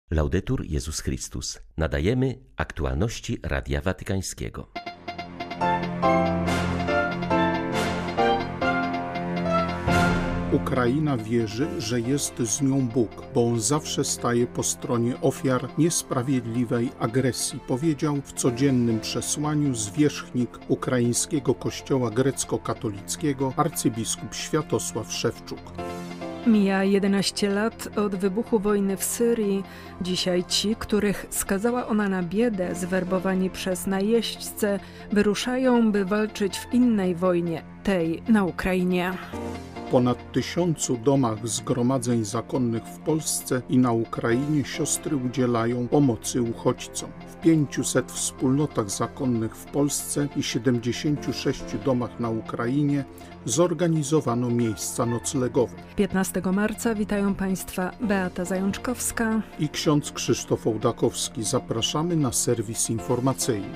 Laudetur Jezus Chrystus. Nadajemy aktualności Radia Watykańskiego. Ukraina wierzy, że jest z nią Bóg, bo On zawsze staje po stronie ofiar niesprawiedliwej agresji, powiedział w codziennym przesłaniu zwierzchnik ukraińskiego kościoła grecko-katolickiego arcybiskup Światosław Szewczuk. Mija 11 lat od wybuchu wojny w Syrii. Dzisiaj ci, których skazała ona na biedę, zwerbowani przez najeźdźcę, wyruszają, by walczyć w innej wojnie, tej na Ukrainie. W ponad 1000 domach zgromadzeń zakonnych w Polsce i na Ukrainie siostry udzielają pomocy uchodźcom. W 500 wspólnotach zakonnych w Polsce i 76 domach na Ukrainie zorganizowano miejsca noclegowe. 15 marca witają Państwa Beata Zajączkowska i ksiądz Krzysztof Ołdakowski. Zapraszamy na serwis informacyjny.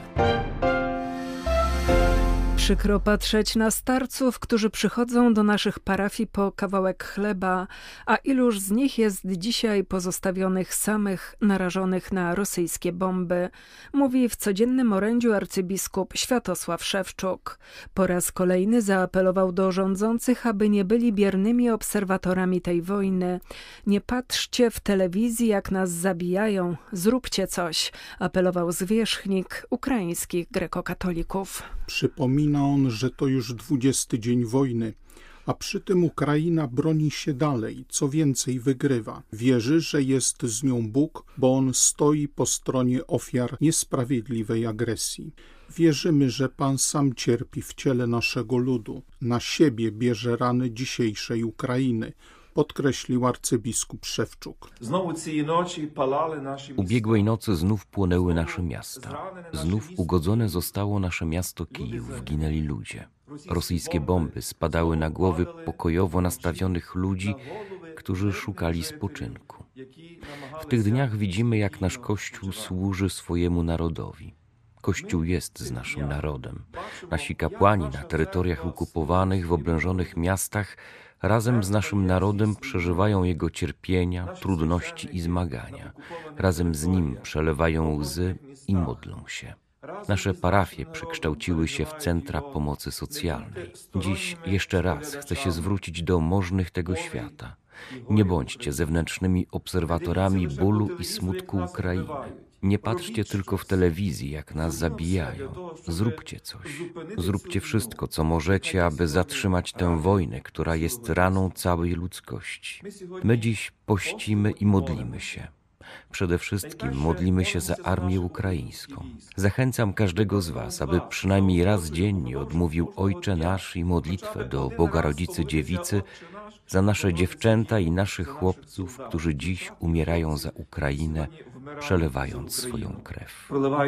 Przykro patrzeć na starców, którzy przychodzą do naszych parafii po kawałek chleba, a iluż z nich jest dzisiaj pozostawionych samych, narażonych na rosyjskie bomby, mówi w codziennym orędziu arcybiskup Światosław Szewczuk. Po raz kolejny zaapelował do rządzących, aby nie byli biernymi obserwatorami tej wojny. Nie patrzcie w telewizji, jak nas zabijają, zróbcie coś, apelował zwierzchnik ukraińskich grekokatolików. Przypomina on, że to już 20 dzień wojny, a przy tym Ukraina broni się dalej, co więcej wygrywa. Wierzy, że jest z nią Bóg, bo On stoi po stronie ofiar niesprawiedliwej agresji. Wierzymy, że Pan sam cierpi w ciele naszego ludu, na siebie bierze rany dzisiejszej Ukrainy, podkreślił arcybiskup Szewczuk. Ubiegłej nocy znów płonęły nasze miasta. Znów ugodzone zostało nasze miasto Kijów, ginęli ludzie. Rosyjskie bomby spadały na głowy pokojowo nastawionych ludzi, którzy szukali spoczynku. W tych dniach widzimy, jak nasz Kościół służy swojemu narodowi. Kościół jest z naszym narodem. Nasi kapłani na terytoriach okupowanych, w oblężonych miastach razem z naszym narodem przeżywają jego cierpienia, trudności i zmagania. Razem z nim przelewają łzy i modlą się. Nasze parafie przekształciły się w centra pomocy socjalnej. Dziś jeszcze raz chcę się zwrócić do możnych tego świata. Nie bądźcie zewnętrznymi obserwatorami bólu i smutku Ukrainy. Nie patrzcie tylko w telewizji, jak nas zabijają. Zróbcie coś. Zróbcie wszystko, co możecie, aby zatrzymać tę wojnę, która jest raną całej ludzkości. My dziś pościmy i modlimy się. Przede wszystkim modlimy się za armię ukraińską. Zachęcam każdego z Was, aby przynajmniej raz dziennie odmówił Ojcze Nasz i modlitwę do Boga Rodzicy Dziewicy za nasze dziewczęta i naszych chłopców, którzy dziś umierają za Ukrainę, przelewając swoją krew.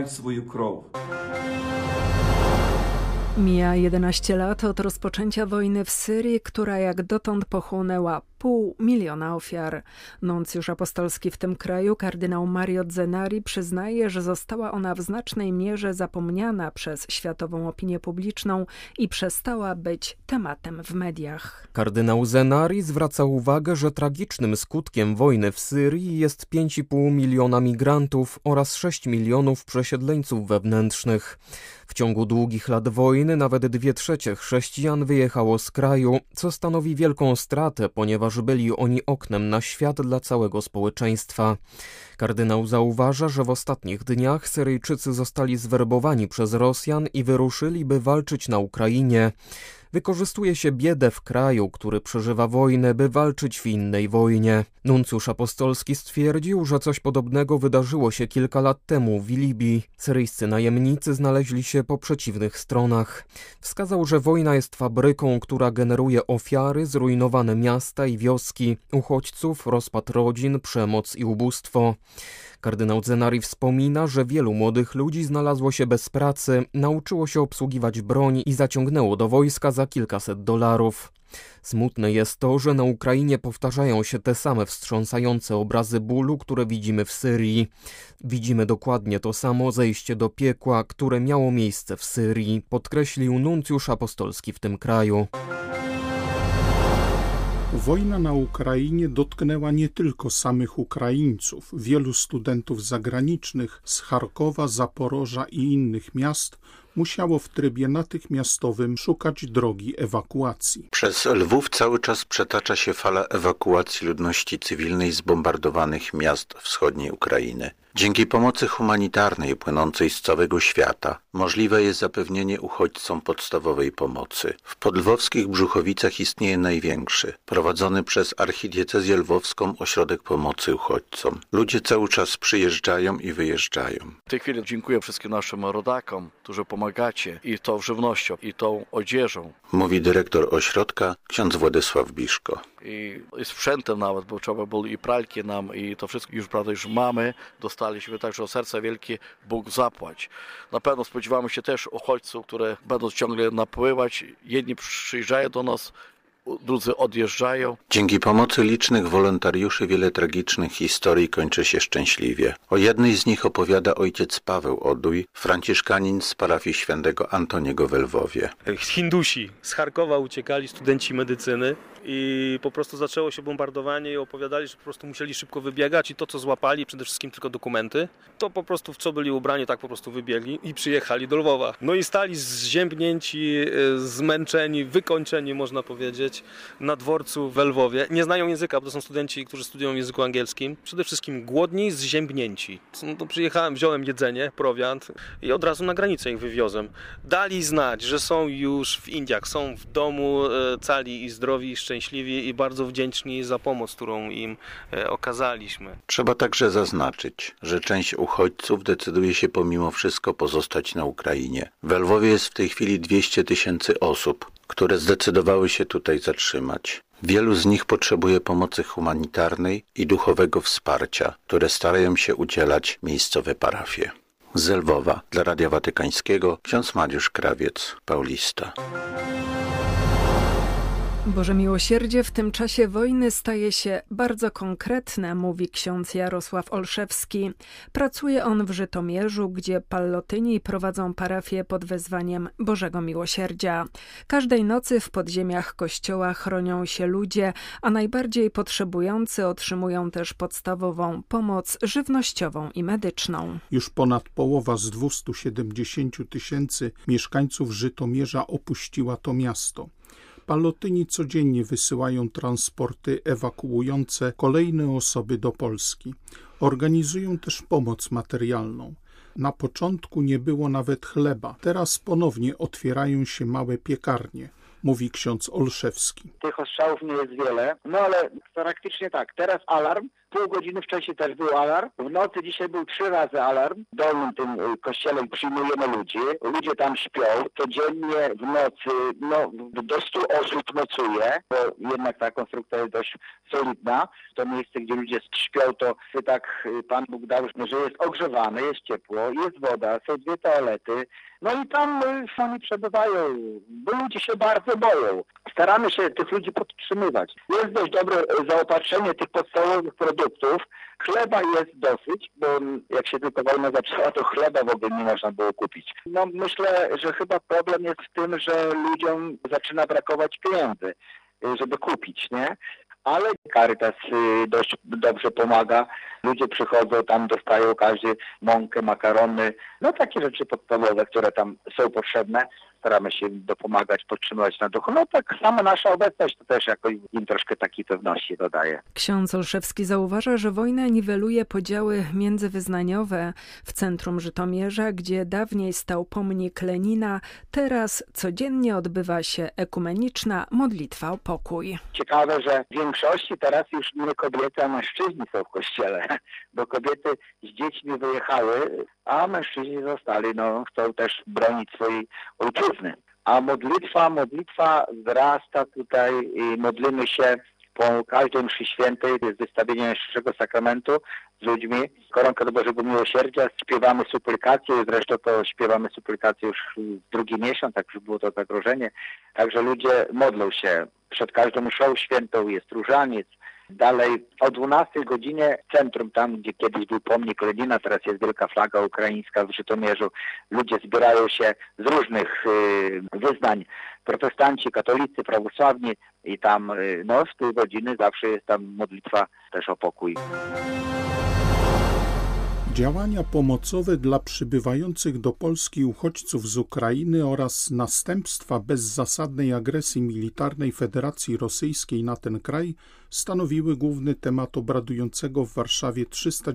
Mija 11 lat od rozpoczęcia wojny w Syrii, która jak dotąd pochłonęła 500 000 ofiar. Nuncjusz apostolski w tym kraju, kardynał Mario Zenari, przyznaje, że została ona w znacznej mierze zapomniana przez światową opinię publiczną i przestała być tematem w mediach. Kardynał Zenari zwraca uwagę, że tragicznym skutkiem wojny w Syrii jest 5,5 miliona migrantów oraz 6 milionów przesiedleńców wewnętrznych. W ciągu długich lat wojny nawet 2/3 chrześcijan wyjechało z kraju, co stanowi wielką stratę, ponieważ byli oni oknem na świat dla całego społeczeństwa. Kardynał zauważa, że w ostatnich dniach Syryjczycy zostali zwerbowani przez Rosjan i wyruszyli, by walczyć na Ukrainie. Wykorzystuje się biedę w kraju, który przeżywa wojnę, by walczyć w innej wojnie. Nuncjusz apostolski stwierdził, że coś podobnego wydarzyło się kilka lat temu w Libii. Syryjscy najemnicy znaleźli się po przeciwnych stronach. Wskazał, że wojna jest fabryką, która generuje ofiary, zrujnowane miasta i wioski, uchodźców, rozpad rodzin, przemoc i ubóstwo. Kardynał Zenari wspomina, że wielu młodych ludzi znalazło się bez pracy, nauczyło się obsługiwać broń i zaciągnęło do wojska za kilkaset dolarów. Smutne jest to, że na Ukrainie powtarzają się te same wstrząsające obrazy bólu, które widzimy w Syrii. Widzimy dokładnie to samo zejście do piekła, które miało miejsce w Syrii, podkreślił nuncjusz apostolski w tym kraju. Wojna na Ukrainie dotknęła nie tylko samych Ukraińców. Wielu studentów zagranicznych z Charkowa, Zaporoża i innych miast musiało w trybie natychmiastowym szukać drogi ewakuacji. Przez Lwów cały czas przetacza się fala ewakuacji ludności cywilnej z bombardowanych miast wschodniej Ukrainy. Dzięki pomocy humanitarnej płynącej z całego świata możliwe jest zapewnienie uchodźcom podstawowej pomocy. W podlwowskich Brzuchowicach istnieje największy, prowadzony przez archidiecezję lwowską ośrodek pomocy uchodźcom. Ludzie cały czas przyjeżdżają i wyjeżdżają. W tej chwili dziękuję wszystkim naszym rodakom, którzy pomagacie i tą żywnością, i tą odzieżą. Mówi dyrektor ośrodka, ksiądz Władysław Biszko. I sprzętem nawet, bo trzeba było i pralki nam, i to wszystko już, prawda, już mamy, dostaliśmy, także o serce wielkie Bóg zapłać. Na pewno spodziewamy się też uchodźców, które będą ciągle napływać. Jedni przyjeżdżają do nas, drudzy odjeżdżają. Dzięki pomocy licznych wolontariuszy wiele tragicznych historii kończy się szczęśliwie. O jednej z nich opowiada ojciec Paweł Oduj, franciszkanin z parafii świętego Antoniego w Lwowie. Hindusi z Charkowa uciekali, studenci medycyny i po prostu zaczęło się bombardowanie i opowiadali, że po prostu musieli szybko wybiegać i to, co złapali, przede wszystkim tylko dokumenty, to po prostu w co byli ubrani, tak po prostu wybiegli i przyjechali do Lwowa. No i stali zziębnięci, zmęczeni, wykończeni, można powiedzieć, na dworcu w Lwowie. Nie znają języka, bo to są studenci, którzy studiują w języku angielskim. Przede wszystkim głodni, zziębnięci. No to przyjechałem, wziąłem jedzenie, prowiant i od razu na granicę ich wywiozłem. Dali znać, że są już w Indiach, są w domu cali i zdrowi, szczęśliwi i bardzo wdzięczni za pomoc, którą im okazaliśmy. Trzeba także zaznaczyć, że część uchodźców decyduje się pomimo wszystko pozostać na Ukrainie. W Lwowie jest w tej chwili 200 000 osób, które zdecydowały się tutaj zatrzymać. Wielu z nich potrzebuje pomocy humanitarnej i duchowego wsparcia, które starają się udzielać miejscowe parafie. Z Lwowa dla Radia Watykańskiego ksiądz Mariusz Krawiec, Paulista. Boże miłosierdzie w tym czasie wojny staje się bardzo konkretne, mówi ksiądz Jarosław Olszewski. Pracuje on w Żytomierzu, gdzie pallotyni prowadzą parafię pod wezwaniem Bożego Miłosierdzia. Każdej nocy w podziemiach kościoła chronią się ludzie, a najbardziej potrzebujący otrzymują też podstawową pomoc żywnościową i medyczną. Już ponad połowa z 270 000 mieszkańców Żytomierza opuściła to miasto. Pallotyni codziennie wysyłają transporty ewakuujące kolejne osoby do Polski. Organizują też pomoc materialną. Na początku nie było nawet chleba. Teraz ponownie otwierają się małe piekarnie, mówi ksiądz Olszewski. Tych ostrzałów nie jest wiele, no ale praktycznie tak. Teraz alarm, pół godziny wcześniej też był alarm. W nocy dzisiaj był 3 razy alarm. W dolnym tym kościele przyjmujemy ludzi. Ludzie tam śpią. Codziennie w nocy, do 100 osób nocuje, bo jednak ta konstrukcja jest dość solidna. To miejsce, gdzie ludzie śpią, to tak Pan Bóg dał, że jest ogrzewane, jest ciepło, jest woda, są 2 toalety. No i tam sami przebywają, bo ludzie się bardzo boją. Staramy się tych ludzi podtrzymywać. Jest dość dobre zaopatrzenie tych podstawowych produktów. Chleba jest dosyć, bo jak się tylko wojna zaczęła, to chleba w ogóle nie można było kupić. No myślę, że chyba problem jest w tym, że ludziom zaczyna brakować pieniędzy, żeby kupić, nie? Ale Caritas dość dobrze pomaga. Ludzie przychodzą, tam dostają każdy mąkę, makarony, takie rzeczy podstawowe, które tam są potrzebne. Staramy się im dopomagać, podtrzymywać na duchu. Tak sama nasza obecność to też jakoś im troszkę takiej pewności dodaje. Ksiądz Olszewski zauważa, że wojna niweluje podziały międzywyznaniowe. W centrum Żytomierza, gdzie dawniej stał pomnik Lenina, teraz codziennie odbywa się ekumeniczna modlitwa o pokój. Ciekawe, że w większości teraz już nie kobiety, a mężczyźni są w kościele, bo kobiety z dziećmi wyjechały, a mężczyźni zostali, chcą też bronić swojej ojczyzny. A modlitwa wzrasta tutaj i modlimy się po każdej mszy świętej, jest wystawienie Najświętszego Sakramentu z ludźmi. Koronka do Bożego Miłosierdzia, śpiewamy suplikację, zresztą to śpiewamy suplikację już drugi miesiąc, tak już było to zagrożenie. Także ludzie modlą się. Przed każdą mszą świętą jest różaniec. Dalej o 12 godzinie w centrum, tam gdzie kiedyś był pomnik Lenina, teraz jest wielka flaga ukraińska w Żytomierzu. Ludzie zbierają się z różnych wyznań. protestanci, katolicy, prawosławni i tam w tej godziny zawsze jest tam modlitwa też o pokój. Działania pomocowe dla przybywających do Polski uchodźców z Ukrainy oraz następstwa bezzasadnej agresji militarnej Federacji Rosyjskiej na ten kraj stanowiły główny temat obradującego w Warszawie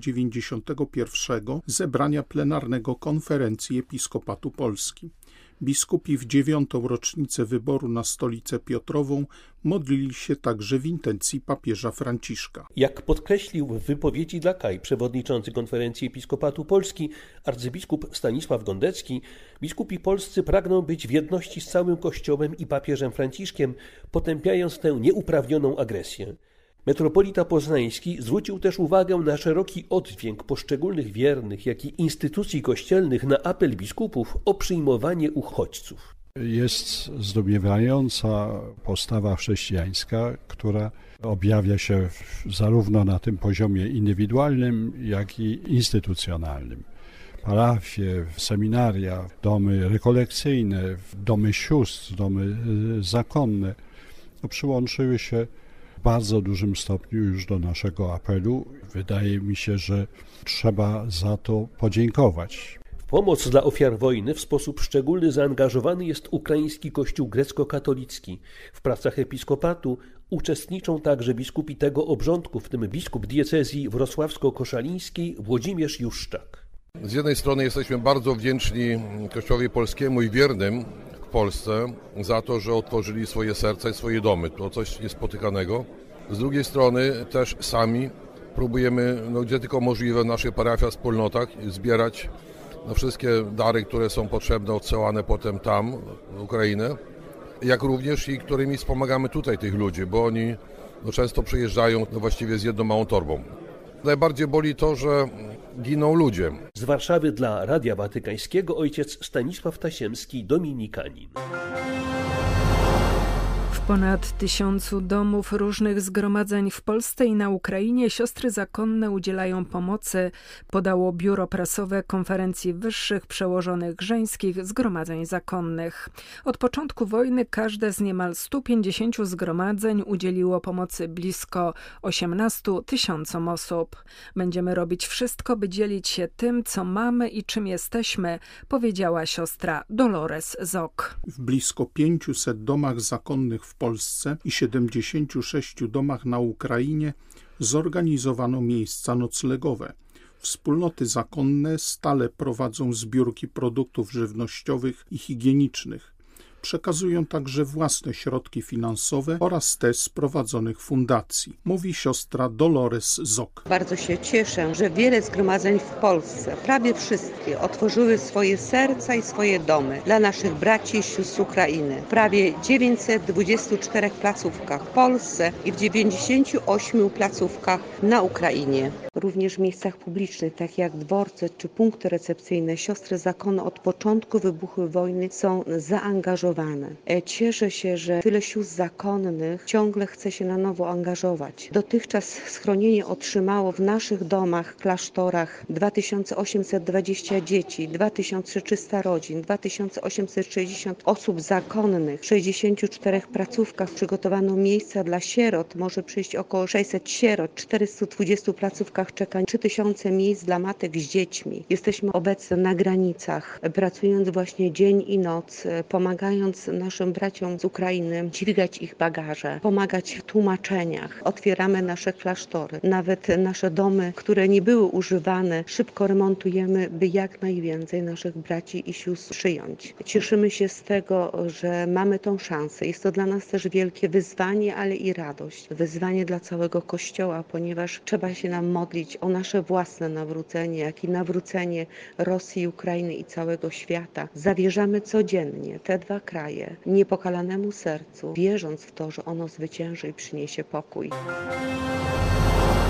391. zebrania plenarnego Konferencji Episkopatu Polski. Biskupi w 9. rocznicę wyboru na stolicę Piotrową modlili się także w intencji papieża Franciszka. Jak podkreślił w wypowiedzi dla KAI przewodniczący Konferencji Episkopatu Polski arcybiskup Stanisław Gondecki, biskupi polscy pragną być w jedności z całym Kościołem i papieżem Franciszkiem, potępiając tę nieuprawnioną agresję. Metropolita Poznański zwrócił też uwagę na szeroki oddźwięk poszczególnych wiernych, jak i instytucji kościelnych na apel biskupów o przyjmowanie uchodźców. Jest zdumiewająca postawa chrześcijańska, która objawia się zarówno na tym poziomie indywidualnym, jak i instytucjonalnym. Parafie, seminaria, domy rekolekcyjne, domy sióstr, domy zakonne przyłączyły się w bardzo dużym stopniu już do naszego apelu. Wydaje mi się, że trzeba za to podziękować. W pomoc dla ofiar wojny w sposób szczególny zaangażowany jest ukraiński Kościół grecko-katolicki. W pracach episkopatu uczestniczą także biskupi tego obrządku, w tym biskup diecezji wrocławsko-koszalińskiej Włodzimierz Juszczak. Z jednej strony jesteśmy bardzo wdzięczni Kościołowi polskiemu i wiernym w Polsce za to, że otworzyli swoje serca i swoje domy. To coś niespotykanego. Z drugiej strony też sami próbujemy, gdzie tylko możliwe w naszych parafiach, wspólnotach zbierać wszystkie dary, które są potrzebne, odsyłane potem tam, w Ukrainę, jak również i którymi wspomagamy tutaj tych ludzi, bo oni często przyjeżdżają właściwie z jedną małą torbą. Najbardziej boli to, że giną ludzie. Z Warszawy dla Radia Watykańskiego ojciec Stanisław Tasiemski, dominikanin. W ponad 1000 domów różnych zgromadzeń w Polsce i na Ukrainie siostry zakonne udzielają pomocy, podało Biuro Prasowe Konferencji Wyższych Przełożonych Żeńskich Zgromadzeń Zakonnych. Od początku wojny każde z niemal 150 zgromadzeń udzieliło pomocy blisko 18 000 osób. Będziemy robić wszystko, by dzielić się tym, co mamy i czym jesteśmy, powiedziała siostra Dolores Zok. W blisko 500 domach zakonnych w Polsce i 76 domach na Ukrainie zorganizowano miejsca noclegowe. Wspólnoty zakonne stale prowadzą zbiórki produktów żywnościowych i higienicznych. Przekazują także własne środki finansowe oraz te z prowadzonych fundacji, mówi siostra Dolores Zok. Bardzo się cieszę, że wiele zgromadzeń w Polsce, prawie wszystkie, otworzyły swoje serca i swoje domy dla naszych braci i sióstr z Ukrainy. W prawie 924 placówkach w Polsce i w 98 placówkach na Ukrainie. Również w miejscach publicznych, tak jak dworce czy punkty recepcyjne, siostry zakonne od początku wybuchu wojny są zaangażowane. Cieszę się, że tyle sióstr zakonnych ciągle chce się na nowo angażować. Dotychczas schronienie otrzymało w naszych domach, klasztorach 2820 dzieci, 2300 rodzin, 2860 osób zakonnych. W 64 placówkach przygotowano miejsca dla sierot, może przyjść około 600 sierot, 420 placówkach czekań, 3000 miejsc dla matek z dziećmi. Jesteśmy obecni na granicach, pracując właśnie dzień i noc, pomagając naszym braciom z Ukrainy dźwigać ich bagaże, pomagać w tłumaczeniach. Otwieramy nasze klasztory, nawet nasze domy, które nie były używane, szybko remontujemy, by jak najwięcej naszych braci i sióstr przyjąć. Cieszymy się z tego, że mamy tą szansę. Jest to dla nas też wielkie wyzwanie, ale i radość. Wyzwanie dla całego Kościoła, ponieważ trzeba się nam modlić o nasze własne nawrócenie, jak i nawrócenie Rosji, Ukrainy i całego świata. Zawierzamy codziennie te dwa kraje niepokalanemu sercu, wierząc w to, że ono zwycięży i przyniesie pokój.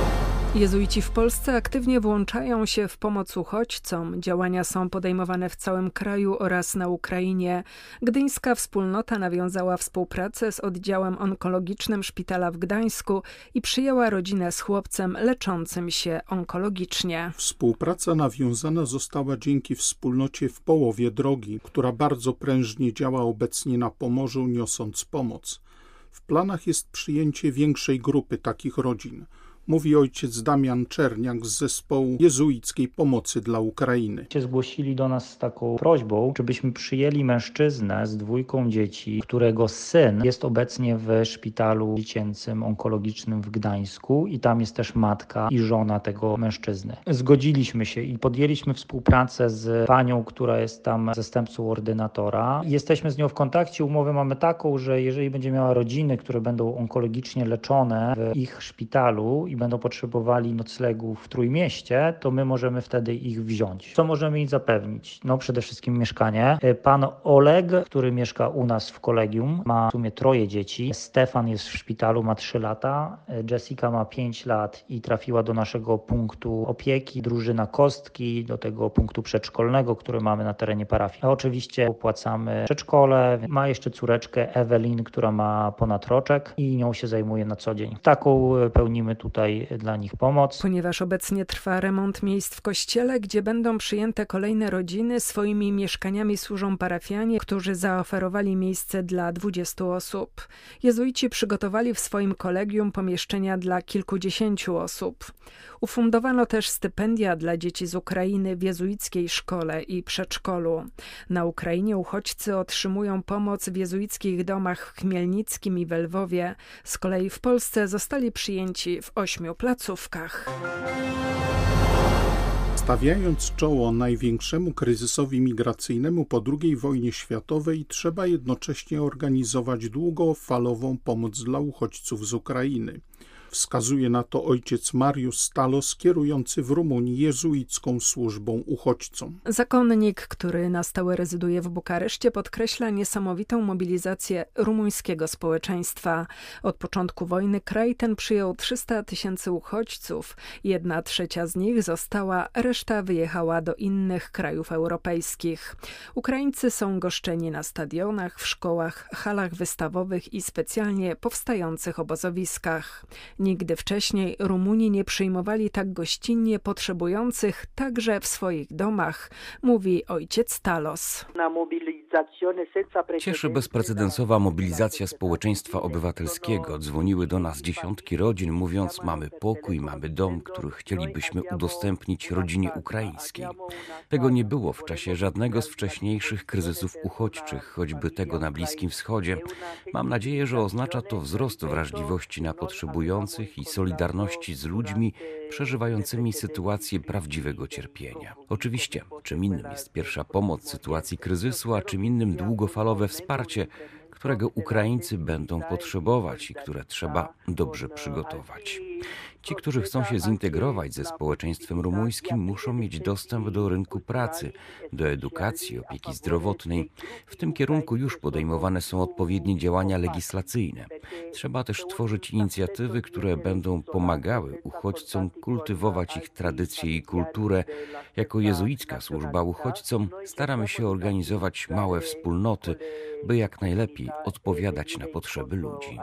Jezuici w Polsce aktywnie włączają się w pomoc uchodźcom. Działania są podejmowane w całym kraju oraz na Ukrainie. Gdyńska wspólnota nawiązała współpracę z oddziałem onkologicznym szpitala w Gdańsku i przyjęła rodzinę z chłopcem leczącym się onkologicznie. Współpraca nawiązana została dzięki wspólnocie w połowie drogi, która bardzo prężnie działa obecnie na Pomorzu, niosąc pomoc. W planach jest przyjęcie większej grupy takich rodzin, mówi ojciec Damian Czerniak z zespołu jezuickiej pomocy dla Ukrainy. Zgłosili do nas z taką prośbą, żebyśmy przyjęli mężczyznę z 2 dzieci, którego syn jest obecnie w szpitalu dziecięcym onkologicznym w Gdańsku i tam jest też matka i żona tego mężczyzny. Zgodziliśmy się i podjęliśmy współpracę z panią, która jest tam zastępcą ordynatora. Jesteśmy z nią w kontakcie. Umowę mamy taką, że jeżeli będzie miała rodziny, które będą onkologicznie leczone w ich szpitalu i będą potrzebowali noclegu w Trójmieście, to my możemy wtedy ich wziąć. Co możemy im zapewnić? No przede wszystkim mieszkanie. Pan Oleg, który mieszka u nas w kolegium, ma w sumie 3 dzieci. Stefan jest w szpitalu, ma 3 lata. Jessica ma 5 lat i trafiła do naszego punktu opieki. Drużyna Kostki, do tego punktu przedszkolnego, który mamy na terenie parafii. A oczywiście opłacamy przedszkole. Ma jeszcze córeczkę Ewelin, która ma ponad roczek i nią się zajmuje na co dzień. Taką pełnimy tutaj dla nich pomoc. Ponieważ obecnie trwa remont miejsc w kościele, gdzie będą przyjęte kolejne rodziny, swoimi mieszkaniami służą parafianie, którzy zaoferowali miejsce dla 20 osób. Jezuici przygotowali w swoim kolegium pomieszczenia dla kilkudziesięciu osób. Ufundowano też stypendia dla dzieci z Ukrainy w jezuickiej szkole i przedszkolu. Na Ukrainie uchodźcy otrzymują pomoc w jezuickich domach w Chmielnickim i we Lwowie. Z kolei w Polsce zostali przyjęci w 8 placówkach. Stawiając czoło największemu kryzysowi migracyjnemu po II wojnie światowej, trzeba jednocześnie organizować długofalową pomoc dla uchodźców z Ukrainy. Wskazuje na to ojciec Mariusz Stalos, kierujący w Rumunii jezuicką służbą uchodźcom. Zakonnik, który na stałe rezyduje w Bukareszcie, podkreśla niesamowitą mobilizację rumuńskiego społeczeństwa. Od początku wojny kraj ten przyjął 300 000 uchodźców. 1/3 z nich została, reszta wyjechała do innych krajów europejskich. Ukraińcy są goszczeni na stadionach, w szkołach, halach wystawowych i specjalnie powstających obozowiskach. Nigdy wcześniej Rumuni nie przyjmowali tak gościnnie potrzebujących także w swoich domach, mówi ojciec Stalos. Cieszy bezprecedensowa mobilizacja społeczeństwa obywatelskiego. Dzwoniły do nas dziesiątki rodzin, mówiąc: mamy pokój, mamy dom, który chcielibyśmy udostępnić rodzinie ukraińskiej. Tego nie było w czasie żadnego z wcześniejszych kryzysów uchodźczych, choćby tego na Bliskim Wschodzie. Mam nadzieję, że oznacza to wzrost wrażliwości na potrzebujących i solidarności z ludźmi przeżywającymi sytuację prawdziwego cierpienia. Oczywiście, czym innym jest pierwsza pomoc w sytuacji kryzysu, a czym innym długofalowe wsparcie, którego Ukraińcy będą potrzebować i które trzeba dobrze przygotować. Ci, którzy chcą się zintegrować ze społeczeństwem rumuńskim, muszą mieć dostęp do rynku pracy, do edukacji, opieki zdrowotnej. W tym kierunku już podejmowane są odpowiednie działania legislacyjne. Trzeba też tworzyć inicjatywy, które będą pomagały uchodźcom kultywować ich tradycje i kulturę. Jako jezuicka służba uchodźcom staramy się organizować małe wspólnoty, by jak najlepiej odpowiadać na potrzeby ludzi.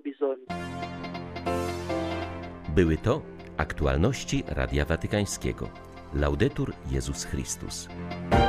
Były to aktualności Radia Watykańskiego. Laudetur Jezus Chrystus.